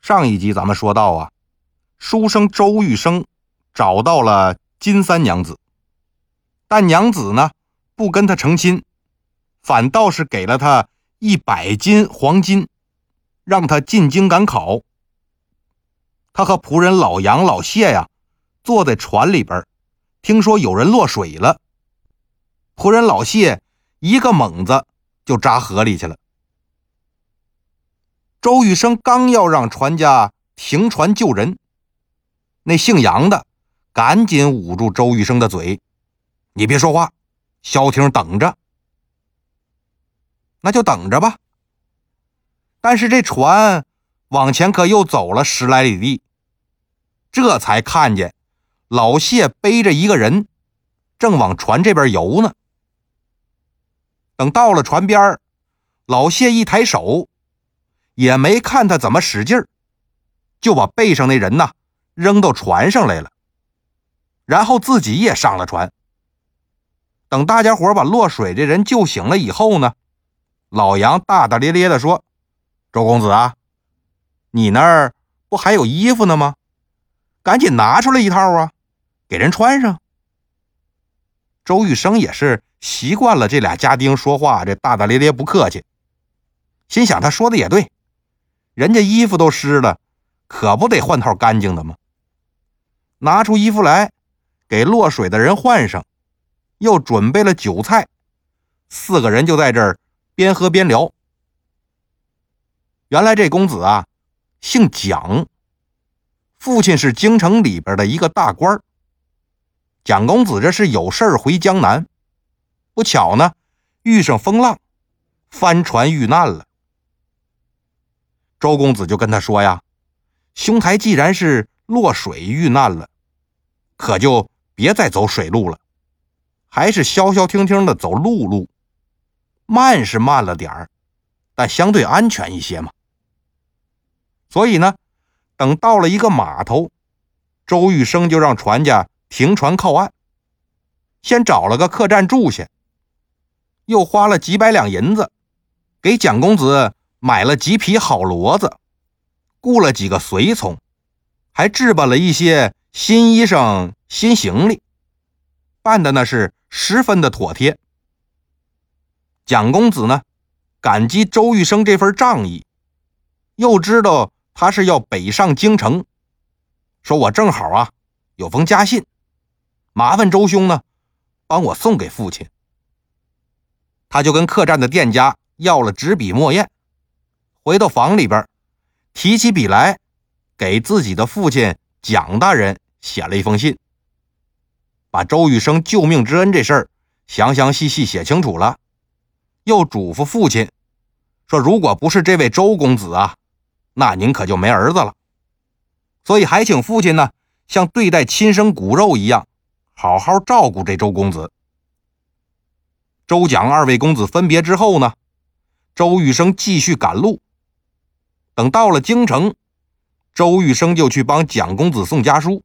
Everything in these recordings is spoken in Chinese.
上一集咱们说到啊，书生周玉生找到了金三娘子，但娘子呢不跟他成亲，反倒是给了他100斤黄金，让他进京赶考。他和仆人老杨、老谢呀，坐在船里边，听说有人落水了，仆人老谢一个猛子就扎河里去了。周玉生刚要让船家停船救人，那姓杨的赶紧捂住周玉生的嘴，你别说话，消停等着。那就等着吧。但是这船往前可又走了10来里地，这才看见老谢背着一个人正往船这边游呢。等到了船边，老谢一抬手，也没看他怎么使劲儿，就把背上那人扔到船上来了，然后自己也上了船。等大家伙把落水这人救醒了以后呢，老杨大大咧咧地说，周公子啊，你那儿不还有衣服呢吗？赶紧拿出来一套啊，给人穿上。周玉生也是习惯了这俩家丁说话这大大咧咧不客气，心想他说的也对，人家衣服都湿了，可不得换套干净的吗？拿出衣服来给落水的人换上，又准备了酒菜，4个人就在这儿边喝边聊。原来这公子啊姓蒋，父亲是京城里边的一个大官。蒋公子这是有事儿回江南，不巧呢遇上风浪，翻船遇难了。周公子就跟他说呀，兄台既然是落水遇难了，可就别再走水路了，还是消消停停的走陆路，慢是慢了点儿，但相对安全一些嘛。所以呢，等到了一个码头，周玉生就让船家停船靠岸，先找了个客栈住下，又花了几百两银子给蒋公子买了几匹好骡子，雇了几个随从，还置办了一些新衣裳新行李，办的那是十分的妥帖。蒋公子呢感激周玉生这份仗义，又知道他是要北上京城，说我正好啊有封家信，麻烦周兄呢帮我送给父亲。他就跟客栈的店家要了纸笔墨砚，回到房里边提起笔来，给自己的父亲蒋大人写了一封信，把周玉生救命之恩这事儿详详细细写清楚了，又嘱咐父亲说，如果不是这位周公子啊，那您可就没儿子了。所以还请父亲呢像对待亲生骨肉一样，好好照顾这周公子。周蒋2位公子分别之后呢，周玉生继续赶路。等到了京城，周玉生就去帮蒋公子送家书。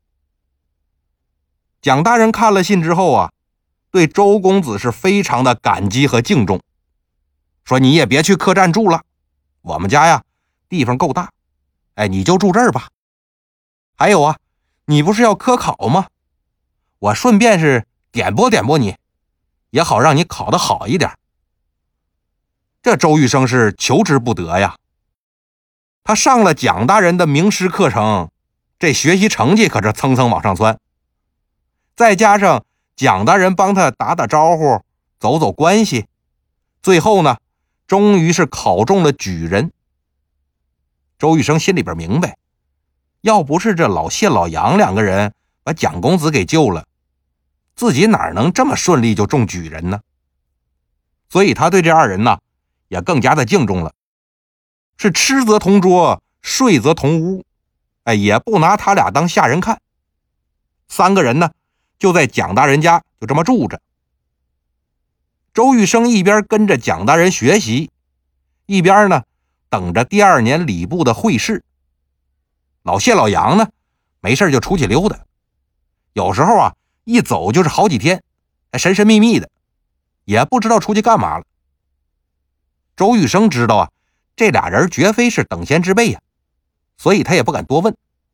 蒋大人看了信之后啊，对周公子是非常的感激和敬重，说你也别去客栈住了，我们家呀地方够大，你就住这儿吧。还有啊，你不是要科考吗？我顺便是点拨点拨你，也好让你考得好一点。这周玉生是求之不得呀。他上了蒋大人的名师课程，这学习成绩可是蹭蹭往上窜，再加上蒋大人帮他打打招呼，走走关系，最后呢终于是考中了举人。周玉生心里边明白，要不是这老谢老杨2个人把蒋公子给救了，自己哪能这么顺利就中举人呢？所以他对这2人呢也更加的敬重了，是吃则同桌，睡则同屋，也不拿他俩当下人看。3个人呢就在蒋大人家就这么住着。周玉生一边跟着蒋大人学习，一边呢等着第2年礼部的会试。老谢老杨呢没事就出去溜达，有时候啊一走就是好几天，神神秘秘的，也不知道出去干嘛了。周玉生知道啊这俩人绝非是等闲之辈呀， 所以他也不敢多问。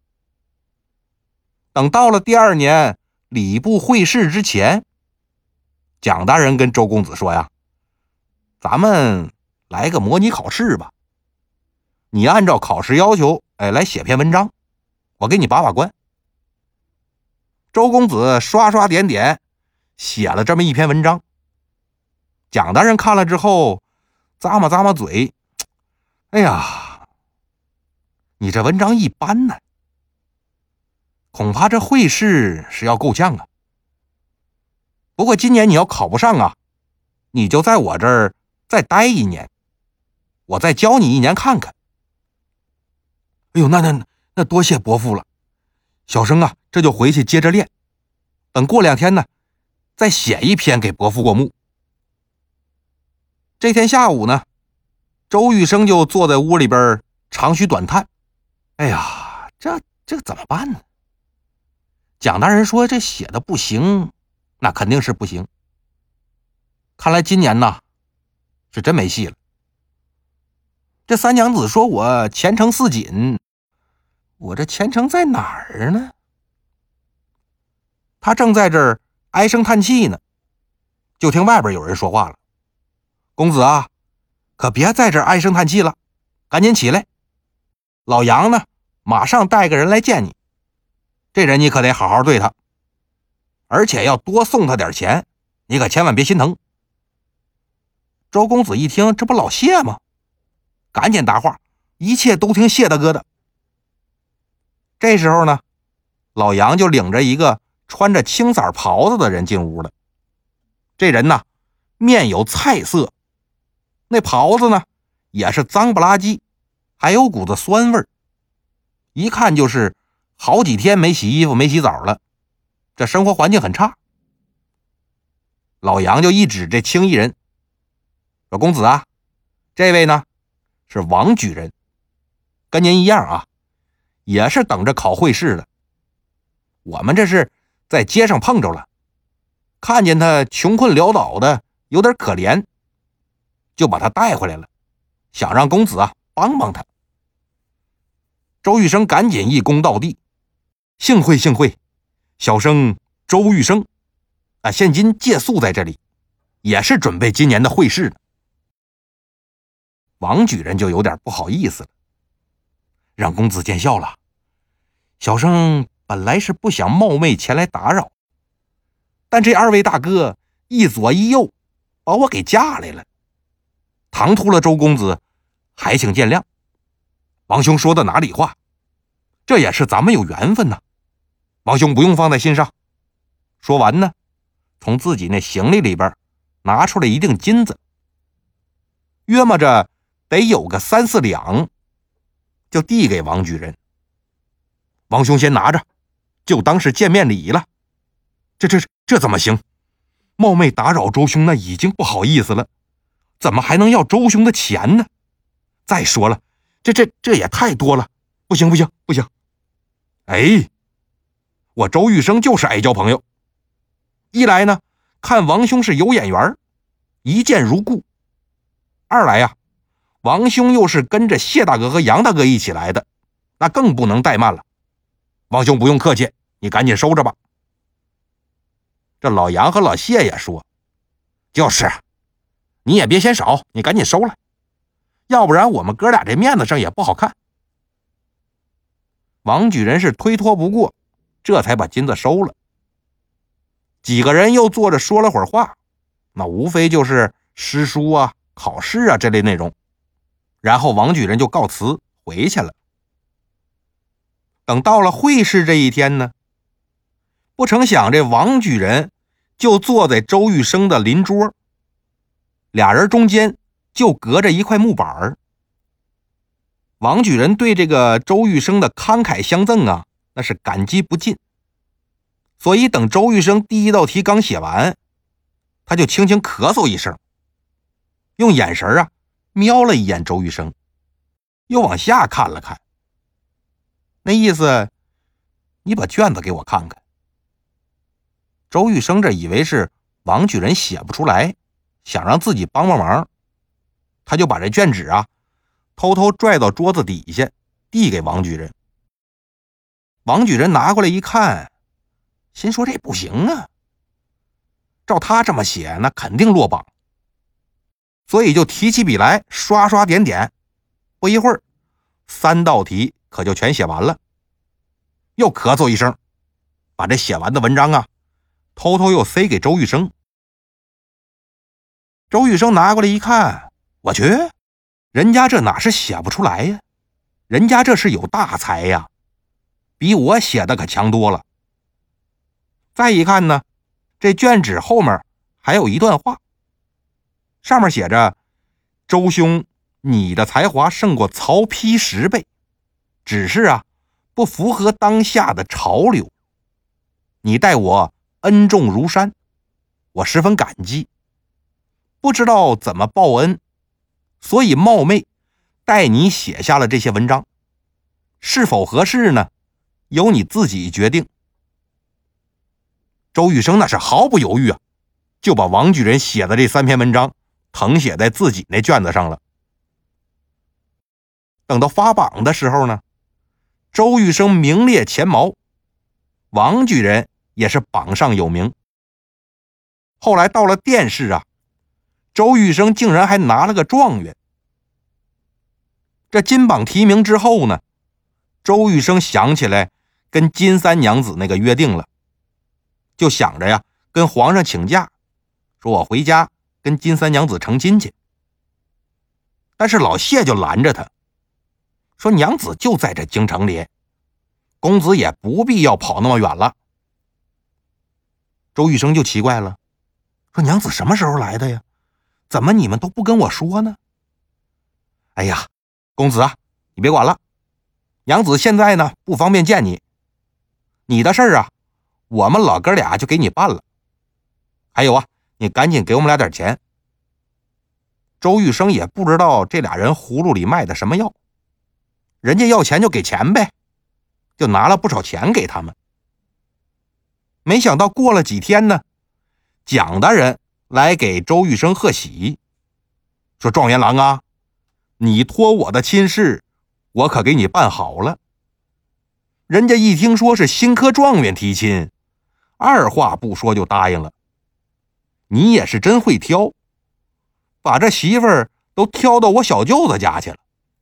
等到了第2年礼部会试之前，蒋大人跟周公子说呀，咱们来个模拟考试吧，你按照考试要求来写篇文章，我给你把关。周公子刷刷点点写了这么一篇文章，蒋大人看了之后咂摸咂摸嘴，哎呀，你这文章一般呢，恐怕这会试是要够呛啊。不过今年你要考不上啊，你就在我这儿再待1年，我再教你1年看看。哎呦，那多谢伯父了，小生啊这就回去接着练，等过2天呢再写一篇给伯父过目。这天下午呢，周玉生就坐在屋里边长吁短叹，哎呀，这怎么办呢？蒋大人说这写的不行，那肯定是不行，看来今年呢是真没戏了。这三娘子说我前程似锦，我这前程在哪儿呢？他正在这儿唉声叹气呢，就听外边有人说话了，公子啊，可别在这儿唉声叹气了，赶紧起来，老杨呢马上带个人来见你，这人你可得好好对他，而且要多送他点钱，你可千万别心疼。周公子一听，这不老谢吗？赶紧答话，一切都听谢大哥的。这时候呢，老杨就领着一个穿着青色袍子的人进屋了。这人呢面有菜色，那袍子呢也是脏不拉几，还有股子酸味儿，一看就是好几天没洗衣服没洗澡了，这生活环境很差。老杨就一指这青衣人说，公子啊，这位呢是王举人，跟您一样啊，也是等着考会试的。我们这是在街上碰着了，看见他穷困潦倒的，有点可怜，就把他带回来了，想让公子啊帮帮他。周玉生赶紧一躬到地，幸会幸会，小生周玉生现今借宿在这里，也是准备今年的会试的。王举人就有点不好意思了，让公子见笑了，小生本来是不想冒昧前来打扰，但这2位大哥一左一右把我给架来了，唐突了周公子，还请见谅。王兄说的哪里话，这也是咱们有缘分呐，王兄不用放在心上。说完呢，从自己那行李里边拿出了一锭金子，约摸着得有个3、4两，就递给王举人。王兄先拿着，就当是见面礼了。这怎么行？冒昧打扰周兄那已经不好意思了，怎么还能要周兄的钱呢？再说了，这也太多了，不行。哎，我周玉生就是爱交朋友，一来呢看王兄是有眼缘，一见如故；二来呀，王兄又是跟着谢大哥和杨大哥一起来的，那更不能怠慢了。王兄不用客气，你赶紧收着吧。这老杨和老谢也说，就是你也别嫌少，你赶紧收了，要不然我们哥俩这面子上也不好看。王举人是推脱不过，这才把金子收了。几个人又坐着说了会儿话，那无非就是诗书啊、考试啊这类内容，然后王举人就告辞回去了。等到了会试这一天呢，不成想这王举人就坐在周玉生的邻桌，俩人中间就隔着一块木板。王举人对这个周玉生的慷慨相赠啊，那是感激不尽。所以等周玉生第一道题刚写完，他就轻轻咳嗽一声，用眼神啊瞄了一眼周玉生，又往下看了看，那意思你把卷子给我看看。周玉生这以为是王举人写不出来，想让自己帮忙，他就把这卷纸啊偷偷拽到桌子底下， 递给王举人。王举人拿过来一看，心说这不行啊，照他这么写那肯定落榜，所以就提起笔来刷刷点点，不一会儿3道题可就全写完了。又咳嗽一声，把这写完的文章啊偷偷又塞给周玉生。周玉生拿过来一看，我去，人家这哪是写不出来呀，人家这是有大才呀，比我写的可强多了。再一看呢，这卷纸后面还有一段话，上面写着：周兄，你的才华胜过曹丕10倍，只是啊不符合当下的潮流。你待我恩重如山，我十分感激，不知道怎么报恩，所以冒昧代你写下了这些文章，是否合适呢？由你自己决定。周玉生那是毫不犹豫啊，就把王举人写的这3篇文章誊写在自己那卷子上了。等到发榜的时候呢，周玉生名列前茅，王举人也是榜上有名。后来到了殿试啊，周玉生竟然还拿了个状元。这金榜题名之后呢，周玉生想起来跟金三娘子那个约定了，就想着呀跟皇上请假，说我回家跟金三娘子成亲去。但是老谢就拦着他，说娘子就在这京城里，公子也不必要跑那么远了。周玉生就奇怪了，说娘子什么时候来的呀？怎么你们都不跟我说呢？哎呀，公子啊，你别管了，娘子现在呢不方便见你，你的事儿啊我们老哥俩就给你办了，还有啊你赶紧给我们俩点钱。周玉生也不知道这俩人葫芦里卖的什么药，人家要钱就给钱呗，就拿了不少钱给他们。没想到过了几天呢，蒋大人来给周玉生贺喜，说状元郎啊，你托我的亲事我可给你办好了。人家一听说是新科状元提亲，二话不说就答应了。你也是真会挑，把这媳妇儿都挑到我小舅子家去了。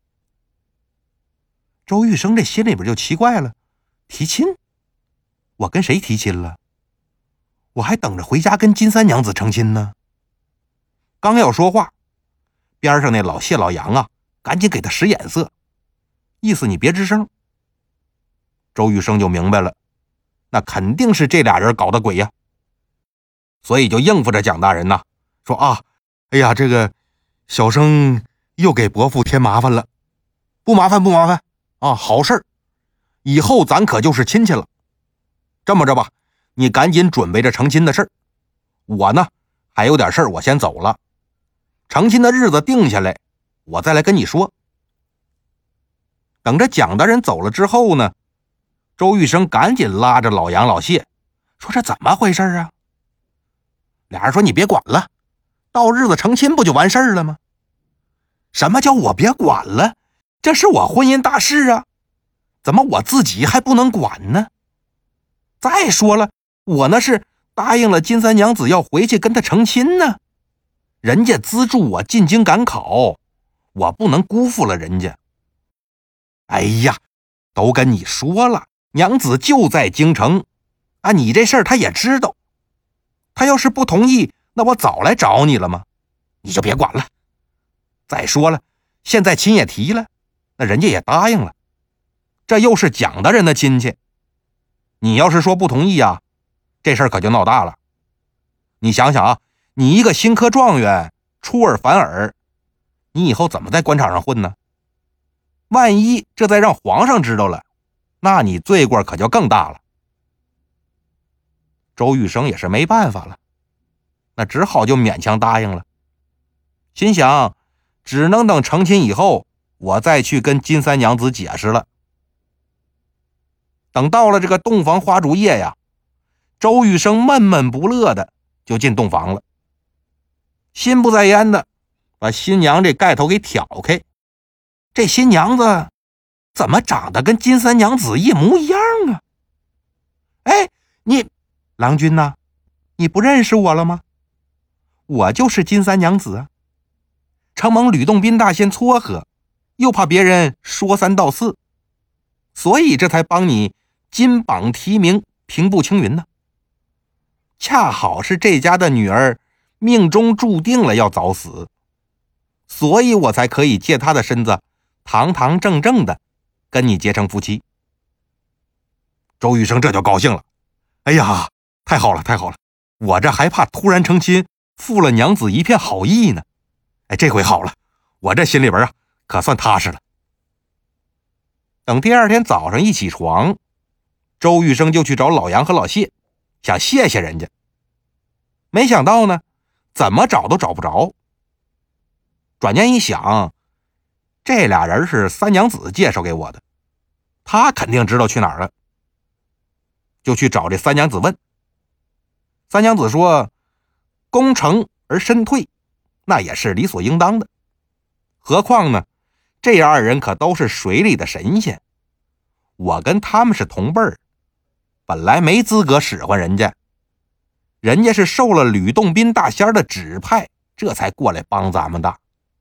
周玉生这心里边就奇怪了，提亲？我跟谁提亲了？我还等着回家跟金三娘子成亲呢。刚要说话，边上那老谢老杨啊赶紧给他使眼色，意思你别吱声。周玉生就明白了，那肯定是这俩人搞的鬼呀，所以就应付着蒋大人呐，说啊，哎呀，这个小生又给伯父添麻烦了。不麻烦不麻烦啊，好事儿，以后咱可就是亲戚了。这么着吧，你赶紧准备着成亲的事儿，我呢还有点事儿，我先走了。成亲的日子定下来，我再来跟你说。等着蒋大人走了之后呢，周玉生赶紧拉着老杨老谢，说这怎么回事啊？俩人说你别管了，到日子成亲不就完事儿了吗？什么叫我别管了？这是我婚姻大事啊，怎么我自己还不能管呢？再说了，我那是答应了金三娘子要回去跟她成亲呢，人家资助我进京赶考，我不能辜负了人家。哎呀，都跟你说了，娘子就在京城啊，你这事儿她也知道，她要是不同意，那我早来找你了吗？你就别管了。再说了，现在亲也提了，那人家也答应了，这又是蒋大人的亲戚，你要是说不同意啊，这事儿可就闹大了。你想想啊，你一个新科状元出尔反尔，你以后怎么在官场上混呢？万一这再让皇上知道了，那你罪过可就更大了。周玉生也是没办法了，那只好就勉强答应了，心想只能等成亲以后我再去跟金三娘子解释了。等到了这个洞房花烛夜呀，周玉生闷闷不乐的就进洞房了，心不在焉的把新娘这盖头给挑开。这新娘子怎么长得跟金三娘子一模一样啊？哎，郎君呐，你不认识我了吗？我就是金三娘子啊。承蒙吕洞宾大仙撮合，又怕别人说三道四，所以这才帮你金榜题名，平步青云呢。恰好是这家的女儿命中注定了要早死，所以我才可以借她的身子堂堂正正的跟你结成夫妻。周玉生这就高兴了，哎呀，太好了太好了，我这还怕突然成亲负了娘子一片好意呢。哎，这回好了，我这心里边可算踏实了。等第二天早上一起床，周玉生就去找老杨和老谢，想谢谢人家。没想到呢，怎么找都找不着。转念一想，这俩人是三娘子介绍给我的，他肯定知道去哪儿了。就去找这三娘子问。三娘子说，功成而身退，那也是理所应当的。何况呢，这二人可都是水里的神仙，我跟他们是同辈儿，本来没资格使唤人家，人家是受了吕洞宾大仙的指派，这才过来帮咱们的。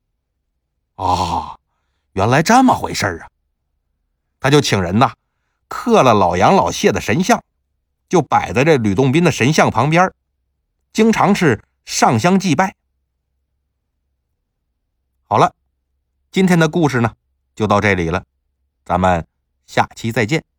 哦，原来这么回事啊！他就请人刻了老杨老谢的神像，就摆在这吕洞宾的神像旁边，经常是上香祭拜。好了，今天的故事呢就到这里了，咱们下期再见。